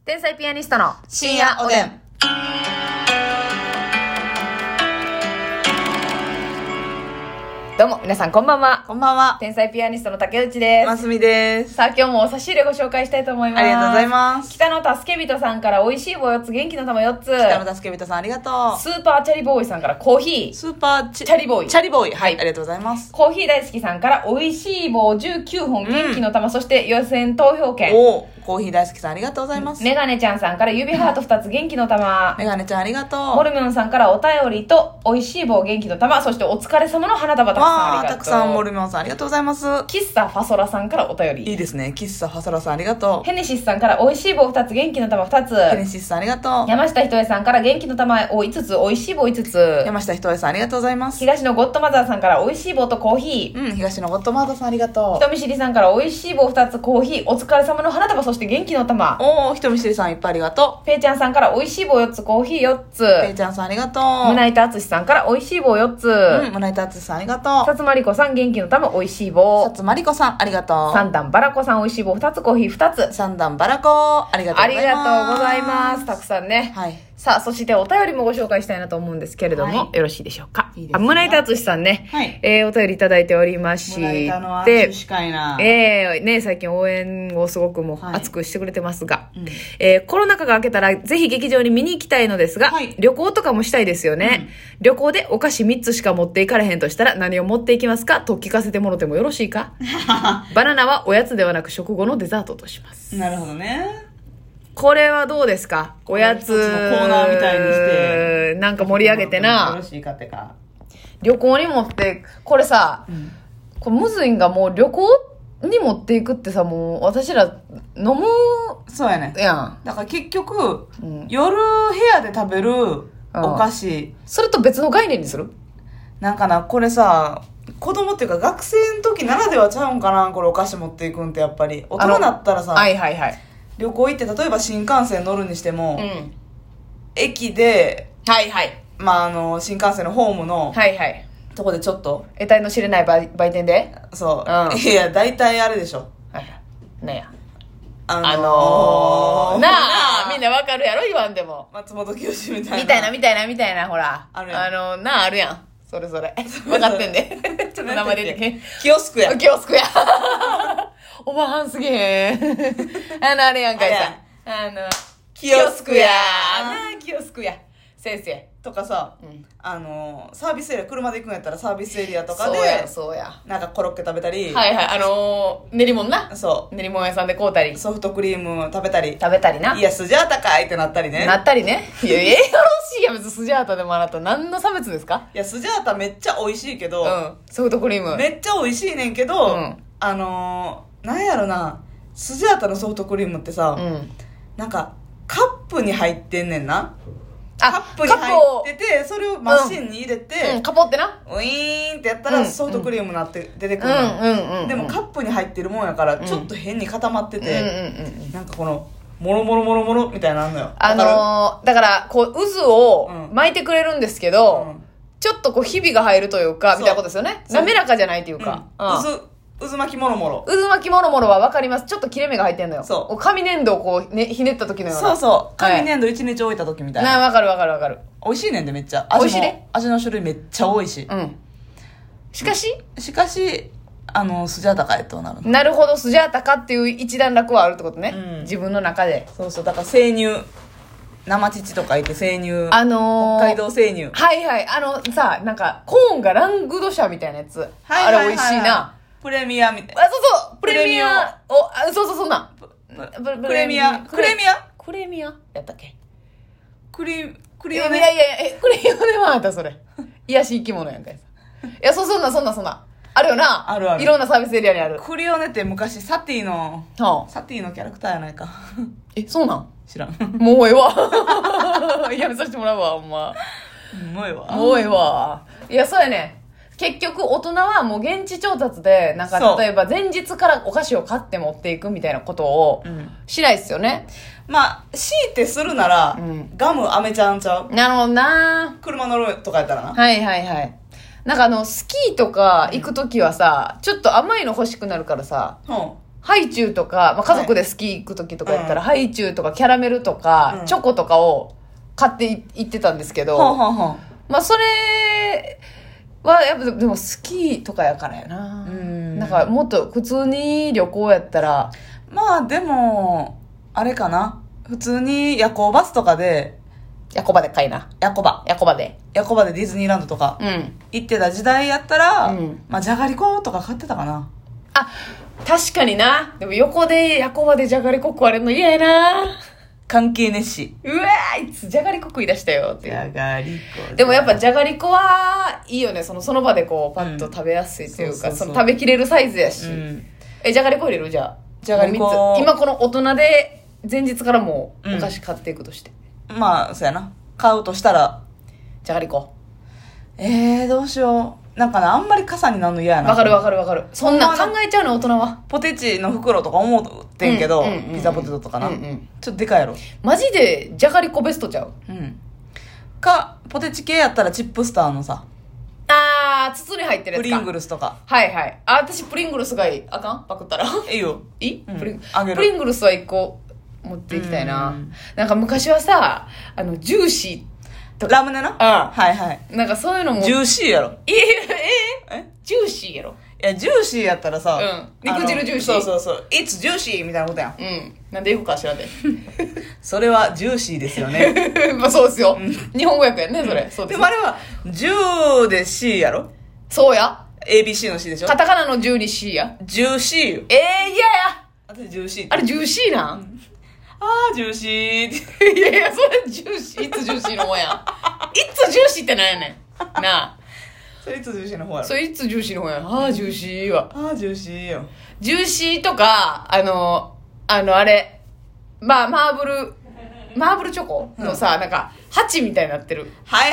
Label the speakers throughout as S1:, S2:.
S1: 天才ピアニストの
S2: 深夜おでん。
S1: どうも皆さんこんばんは。
S2: こんばんは。
S1: 天才ピアニストの竹内です。
S2: ますみです。
S1: さあ今日もお差し入れご紹介したいと思います。
S2: ありがとうございます。
S1: 北野助け人さんから美味しい棒4つ、元気の玉4つ。
S2: 北野助け人さんありがとう。
S1: スーパーチャリボーイさんからコーヒー。
S2: スーパーチ
S1: ャリボーイ。
S2: チャリボーイ。はい、ありがとうございます。
S1: コーヒー大好きさんから美味しい棒19本、元気の玉、そして予選投票券。
S2: おコーヒー大好きさんありがとうございます。
S1: メガネちゃんさんから指ハート2つ、元気の玉。
S2: メガネちゃんありがとう。
S1: モルミョンさんからお便りと美味しい棒元気の玉、そしてお疲れ様の花束たくさんありがとう。
S2: たくさんモルミョンさんありがとうございます。
S1: 喫茶ファソラさんからお便り。
S2: いいですね。喫茶ファソラさんありがとう。
S1: ヘネシスさんから美味しい棒2つ、元気の玉2つ。
S2: ヘネシスさんありがとう。
S1: 山下ひとえさんから元気の玉を5つ、美味しい棒5つ。
S2: 山下ひとえさんありがとうございます。
S1: 東のゴッドマザーさんから美味しい棒とコーヒー。
S2: 東のゴッドマードさんありがとう。
S1: 人見知りさんから美味しい棒2つ、コーヒー、お疲れ様の花束、そして元気の玉。
S2: 人見知りさんいっぱいありがと
S1: ペイちゃんさんから美味しい棒4つ、コーヒー4つ。
S2: う。ペイちゃんさんありがとう。
S1: 胸板敦さんから美味しい棒4つ。
S2: 胸板敦さんありがとう。
S1: さつまりこさん元気の玉、美味しい棒。
S2: さつまりこさんありがとう。
S1: 三段バラコさん美味しい棒2つ、コーヒー2つ。
S2: 三段バラコありがとう
S1: あり
S2: ございます。
S1: がとうございます。たくさんね。
S2: はい。
S1: さあ、そしてお便りもご紹介したいなと思うんですけれども、
S2: はい
S1: よろしいでしょうか。
S2: いいですよ
S1: 胸板敦さんね、
S2: はい
S1: お便りいただいておりまし
S2: 胸板の
S1: て、
S2: 握手会な。
S1: ね、最近応援をすごくもう
S2: はい
S1: 熱くしてくれてますが、
S2: うん
S1: コロナ禍が明けたらぜひ劇場に見に行きたいのですが、
S2: はい
S1: 旅行とかもしたいですよね、旅行でお菓子3つしか持っていかれへんとしたら何を持っていきますかと聞かせてもろてもよろしいかバナナはおやつではなく食後のデザートとします。
S2: なるほどね。
S1: これはどうですか？おやつ
S2: 一つのコーナーみたいにして
S1: なんか盛り上げて
S2: よ
S1: な
S2: ろしいかってか。
S1: 旅行に持ってこれさ、これむずいんがもう旅行に持っていくってさ、もう私ら飲む
S2: そうやね。
S1: やん。
S2: だから結局、
S1: ん
S2: 夜部屋で食べるお菓子、
S1: それと別の概念にする？
S2: なんかな、これさ、子供っていうか学生の時ならではちゃうんかな、これお菓子持っていくんってやっぱり。大人だったらさ、
S1: はいはいはい。
S2: 旅行行って例えば新幹線乗るにしても、
S1: うん。
S2: 駅で、
S1: はいはい。
S2: 新幹線のホームの
S1: はいはい。
S2: とこでちょっと、
S1: 得体の知れない売店で
S2: そう、
S1: うん
S2: いや、大体あれでしょ。
S1: はいはい。ねや。
S2: な
S1: なあ、みんなわかるやろ言わんでも。
S2: 松本清みたいな。
S1: みたいな、ほら。
S2: あるやん
S1: なあ、あるやん。それ。分かってんで。ちょっと名前出てけん。
S2: キオスクや。
S1: キオスクや。おばはんすげえ。あれやんかいさ。
S2: キオスクや。
S1: キオスクや。先生。
S2: とかさ、
S1: ん
S2: サービスエリア、車で行くんやったらサービスエリアとかで、
S1: そうや。
S2: なんかコロッケ食べたり、
S1: はいはい、練り物な。
S2: そ
S1: 練り物屋さんで買うたり。
S2: う、ソフトクリーム食べたり、
S1: 食べたりな。
S2: いや、スジャータかいってなったりね。
S1: なったりね。いや、よろしいやん、別にスジャータでもあなた。何の差別ですか？
S2: いや、スジャータめっちゃ美味しいけど、
S1: ソフトクリーム。
S2: めっちゃ美味しいねんけど、
S1: うん
S2: なんやろな、スジャータのソフトクリームってさ、なんか、カップに入ってんねんな。カップに入ってて、それをマシンに入れて、
S1: カポってな。
S2: ウィーンってやったらソフトクリームになって出てくるの。でもカップに入ってるもんやからちょっと変に固まってて、なんかこのもろもろもろもろみたいなのあんのよ。
S1: だからこう渦を
S2: うん
S1: 巻いてくれるんですけど、ちょっとこうひびが入るというか
S2: そう
S1: みたいなことですよね。
S2: そう
S1: 滑らかじゃないというか、
S2: 渦巻きもろもろ。
S1: 渦巻きもろもろは分かります。ちょっと切れ目が入ってんのよ。
S2: そう
S1: こ紙粘土をこう、ね、ひねった時のような。
S2: そうそう。紙
S1: はい
S2: 粘土1日置いた時みたいな。
S1: 分かる。
S2: 美味しいねんでめっちゃ。
S1: 美味しいね。
S2: 味の種類めっちゃ多いし。
S1: しかし、
S2: しかし、スジャータかいとなるの。
S1: なるほど、スジャータかっていう一段落はあるってことね。
S2: うん
S1: 自分の中で。
S2: そうそう。だから生乳。生乳と書いて生乳。北海道生乳。
S1: はいはい。さ、なんか、コーンがラングドシャみたいなやつ。あれ美味しいな。。
S2: プレミアみたいな。
S1: そう。プレミア。そう、そんなん。
S2: クレミア
S1: クレミアやったっけ？
S2: クリオネ。
S1: クレミアはあったそれ。癒し生き物やんかいさ。いや、そんな。あるよな。
S2: あるある
S1: いろんなサービスエリアにある。
S2: クリオネって昔サティのキャラクターやないか。
S1: そうなん？
S2: 知らん。
S1: もうええわ。やめさせてもらうわ、ほんま。
S2: もうええわ。
S1: もうええわ。いや、そうやね。結局大人はもう現地調達でなんか例えば前日からお菓子を買って持っていくみたいなことをしないっすよね。
S2: まあ強いてするなら、ガムアメちゃんちゃう。
S1: なるほどな。
S2: 車乗るとかやったらな。
S1: はいはいはい。なんかスキーとか行くときはさ、ちょっと甘いの欲しくなるからさ、 ハイチュウとか、まあ、家族でスキー行く時とかやったら、ハイチュウとかキャラメルとか、チョコとかを買って行ってたんですけど、まあそれはやっぱでもスキーとかやからやな。なんかもっと普通に旅行やったら、
S2: まあでもあれかな、普通に夜行バスとかで、
S1: ヤコバでかいな。ヤコバで
S2: ディズニーランドとか行ってた時代やったら、まあじゃがりことか買ってたかな。
S1: あ、確かにな。でも横でヤコバでじゃがりこ食われるの嫌やな。
S2: 関係ねっし。
S1: うわー、いつじゃがりこ食い出したよっていう。
S2: じゃがりこ。
S1: でもやっぱじゃがりこはいいよね。その場でこうパッと食べやすいというか、その食べきれるサイズやし。じゃがりこ入れる？じゃあ
S2: じゃがりこ
S1: 今この大人で前日からもうお菓子買っていくとして、
S2: まあそうやな、買うとしたら
S1: じゃがりこ。
S2: どうしよう。なんかな、あんまり傘になるの嫌やな。
S1: わかる。そんなん考えちゃうの大人は。
S2: ポテチの袋とか思ってんけど、ピザポテトとかな、ちょっとでかいやろ。
S1: マジでじゃがりこベストちゃう？
S2: かポテチ系やったらチップスターのさ、
S1: 筒に入ってるやつか。
S2: プリングルスとか。
S1: はい。私プリングルスがいい。あかん？パクったら
S2: いいよ。
S1: いい？プ
S2: リ
S1: ングルスは1個持っていきたいな。なんか昔はさ、ジューシーとか
S2: ラムネな。はい
S1: なんかそういうのも
S2: ジューシーやろ。
S1: ジューシーやろ。
S2: いやジューシーやったらさ、
S1: 肉汁ジューシー。
S2: そう It's juicy みたいなことやん。
S1: なんでよくか知らんで。
S2: それはジューシーですよね。
S1: まあそうですよ。日本語訳やんね、それ。そうです。
S2: でもあれはジューで C やろ。
S1: そうや。
S2: ABC の C でしょ。
S1: カタカナの10に C や。
S2: ジューシーよ。
S1: 嫌や。
S2: 私ジューシー。
S1: あれジューシーなん？
S2: ジューシー。
S1: いやそれジューシー。いつジューシーの方やん。いつジューシーってなんやねん。なあ。
S2: それいつジューシーの方やろ。
S1: それいつジューシーの方やん。ジューシーは。
S2: ジューシーよ。
S1: ジューシーとか、あれ、まあ、マーブルチョコのさ、なんか、鉢みたいになってる。
S2: はい。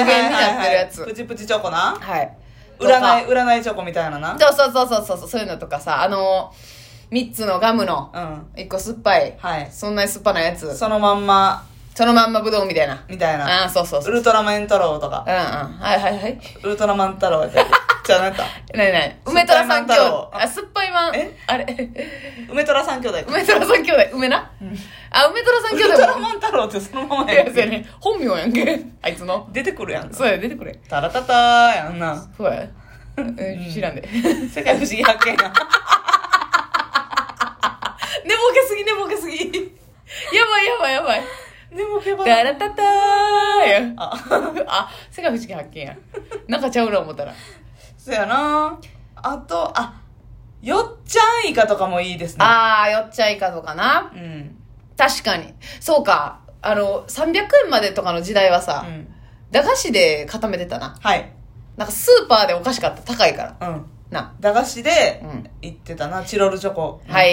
S1: 無限になってるやつ。
S2: プチプチチョコな。
S1: はい。
S2: 占いチョコみたいなな。
S1: そういうのとかさ、3つのガムの、1個酸っぱい。
S2: はい。
S1: そんなに酸っぱなやつ。
S2: そのまんま
S1: ぶどうみたいな。そう。
S2: ウルトラマン太郎とか。
S1: はい。
S2: ウルトラマン太郎やったっけ？じゃあなんか。
S1: 梅虎三兄弟。酸っぱいマン。あれ
S2: 梅虎三兄弟。
S1: 梅虎三兄弟。梅な。梅虎三兄弟。
S2: ウルトラマン太郎ってそのままやんけ。
S1: 本名やんけ。あいつの。
S2: 出てくるやん。
S1: そうや、出てくれ。
S2: タラタターやんな。
S1: そうや。知らんで。
S2: 世界不思議発見や。
S1: 寝ぼけすぎ。やばい。
S2: 寝ぼけば。
S1: タラタターやん。世界不思議発見や。なんかちゃうな思ったら。
S2: そうやな。あと、よっちゃんイカとかもいいですね。
S1: よっちゃんイカとかな。確かに。そうか。300円までとかの時代はさ、駄菓子で固めてたな。
S2: はい。
S1: なんかスーパーでお菓子買ったら高いから。
S2: 駄菓子で行ってたな、チロルチョコ。
S1: はい。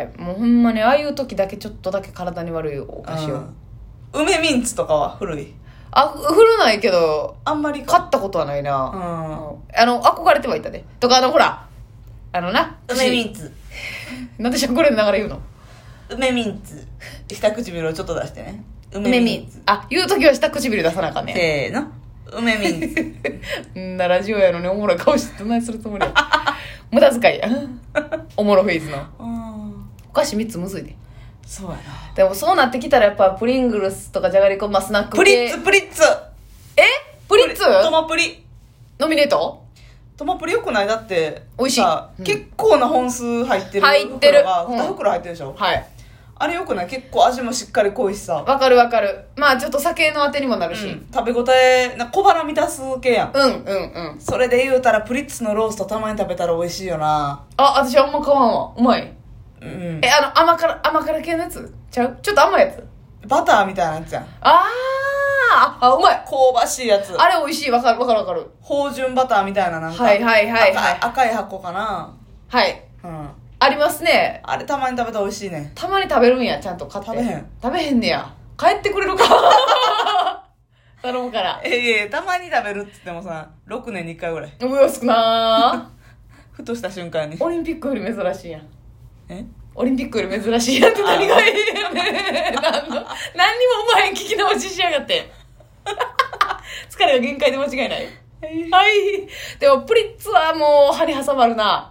S1: もうほんまにああいう時だけちょっとだけ体に悪いお菓子を。
S2: 梅ミンツとかは古い？
S1: 古ないけど、
S2: あんまり
S1: 買ったことはないな。憧れてはいたで。とかほら、
S2: 梅ミンツ。
S1: なんでしゃこれで流れ言うの？
S2: 梅ミンツ。下唇をちょっと出してね。
S1: 梅ミンツ。言う時は下唇出さなあかんね。
S2: せーの。梅ミンツ。
S1: ラジオやのにおもろい顔してどないするつもりや。無駄遣いや。おもろフェイズの。お菓子3つむずいで。
S2: そうやな。
S1: でもそうなってきたらやっぱプリングルスとかじゃがりこ、スナック系。
S2: プリッツ
S1: プリッツ
S2: トマプリ。
S1: ノミネート？
S2: トマプリよくない？だって
S1: 美味しい。
S2: 結構な本数入ってる。
S1: 入ってる。
S2: 2袋入ってるでしょ？
S1: はい。
S2: あれよくない？結構味もしっかり濃いしさ。
S1: わかる。ちょっと酒のあてにもなるし。
S2: 食べ応え、小腹満たす系や
S1: ん。
S2: それで言うたらプリッツのローストたまに食べたら美味しいよな。
S1: 私あんま買わんわ。うまい。甘辛系のやつちゃう？ちょっと甘いやつ。
S2: バターみたいなやつやん。
S1: うまい。
S2: 香ばしいやつ。
S1: あれ美味しい。わかる。
S2: 芳醇バターみたいな、なんか。
S1: はい。
S2: 赤い箱かな。
S1: はい。ありますね。
S2: あれたまに食べたら美味しいね。
S1: たまに食べるんや、ちゃんと買って。食べへんねや。帰ってくれるか。頼むから。
S2: たまに食べるって言ってもさ、6年に1回ぐらい。
S1: 少な
S2: ふとした瞬間に。
S1: オリンピックより珍しいやん。オリンピックより珍しいやんって何がいいやねん。何にもうまい聞き直ししやがって。疲れが限界で間違いない。はい。でもプリッツはもう歯に挟まるな。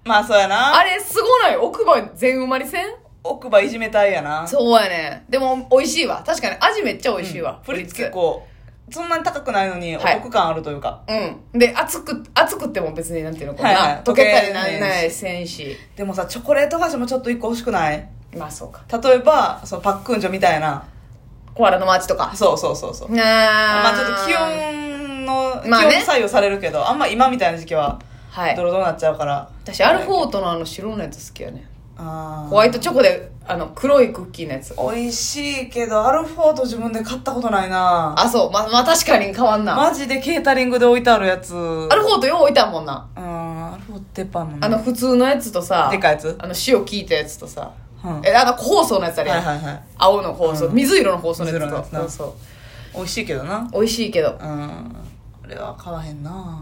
S2: まあそうやな。
S1: あれすごない？奥歯全埋まりせん？
S2: 奥歯いじめたいやな。
S1: そうやね。でも美味しいわ。確かに味めっちゃ美味しいわ。
S2: プリッツ結構そんなに高くないのにお得感あるというか、
S1: で熱くっても別になんていうのかな、溶けたりなんないせんし。で
S2: もさチョコレート菓子もちょっと一個欲しくない？
S1: まあそうか。
S2: 例えばそのパックンジョみたいな
S1: コアラのマーチとか。
S2: そうまあちょっと気温作用されるけど、あんま今みたいな時期はドロドロになっちゃうから、
S1: 私アルフォートの白のやつ好きやね。ホワイトチョコで黒いクッキーのやつ
S2: 美味しいけど、アルフォート自分で買ったことないな。
S1: あ、そう。まあ確かに変わんな。
S2: マジでケータリングで置いてあるやつ。
S1: アルフォートよう置いてあるもんな。
S2: アルフォート鉄板のね。
S1: 普通のやつとさ、
S2: でかいやつ、
S1: 塩効いたやつとさ、包装のやつあるやん。青の包装、水色の包装のやつと。そう
S2: 美味しいけどな。
S1: 美味しいけど。
S2: あれは買わへんな。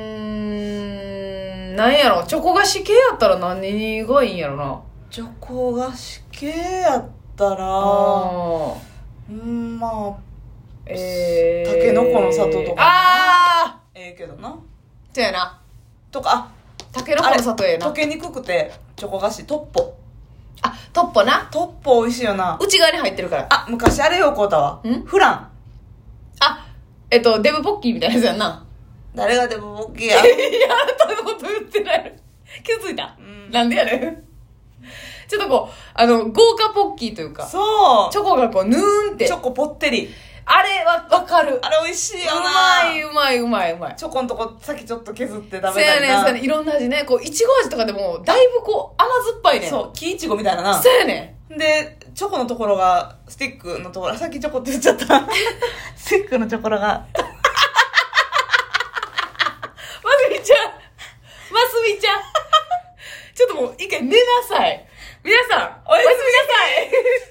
S1: なんやろ、チョコ菓子系やったら何がいいんやろな。
S2: チョコ菓子系やったら、まあたけのこの里とかけどな。
S1: そうやな。
S2: とか、
S1: たけのこの里やな。
S2: 溶けにくくてチョコ菓子トッポ。
S1: トッポな。
S2: トッポ美味しいよな。
S1: 内側に入ってるから。
S2: 昔あれよ、こうたわ。フラン。
S1: デブポッキーみたいなやつやんな。
S2: 誰がデブポッキーや？
S1: いや、あなたのこと言ってない。気づいた？なんでやねん。ちょっとこう、豪華ポッキーというか。
S2: そう。
S1: チョコがこう、ぬーんって。
S2: チョコぽってり。
S1: あれはわかる。
S2: あれ美味しいよな。
S1: うまい。
S2: チョコのとこ先ちょっと削って食べたりな。
S1: そうやねん。いろんな味ね。こう、いちご味とかでも、だいぶこう、甘酸っぱいね。
S2: そう。木いちごみたいなな。
S1: そうやね
S2: ん。で、チョコのところが、スティックのところ、さっきチョコって言っちゃった。スティックのところが。
S1: ますみちゃん。ちょっともう一回寝なさい。皆さん、おやすみなさい。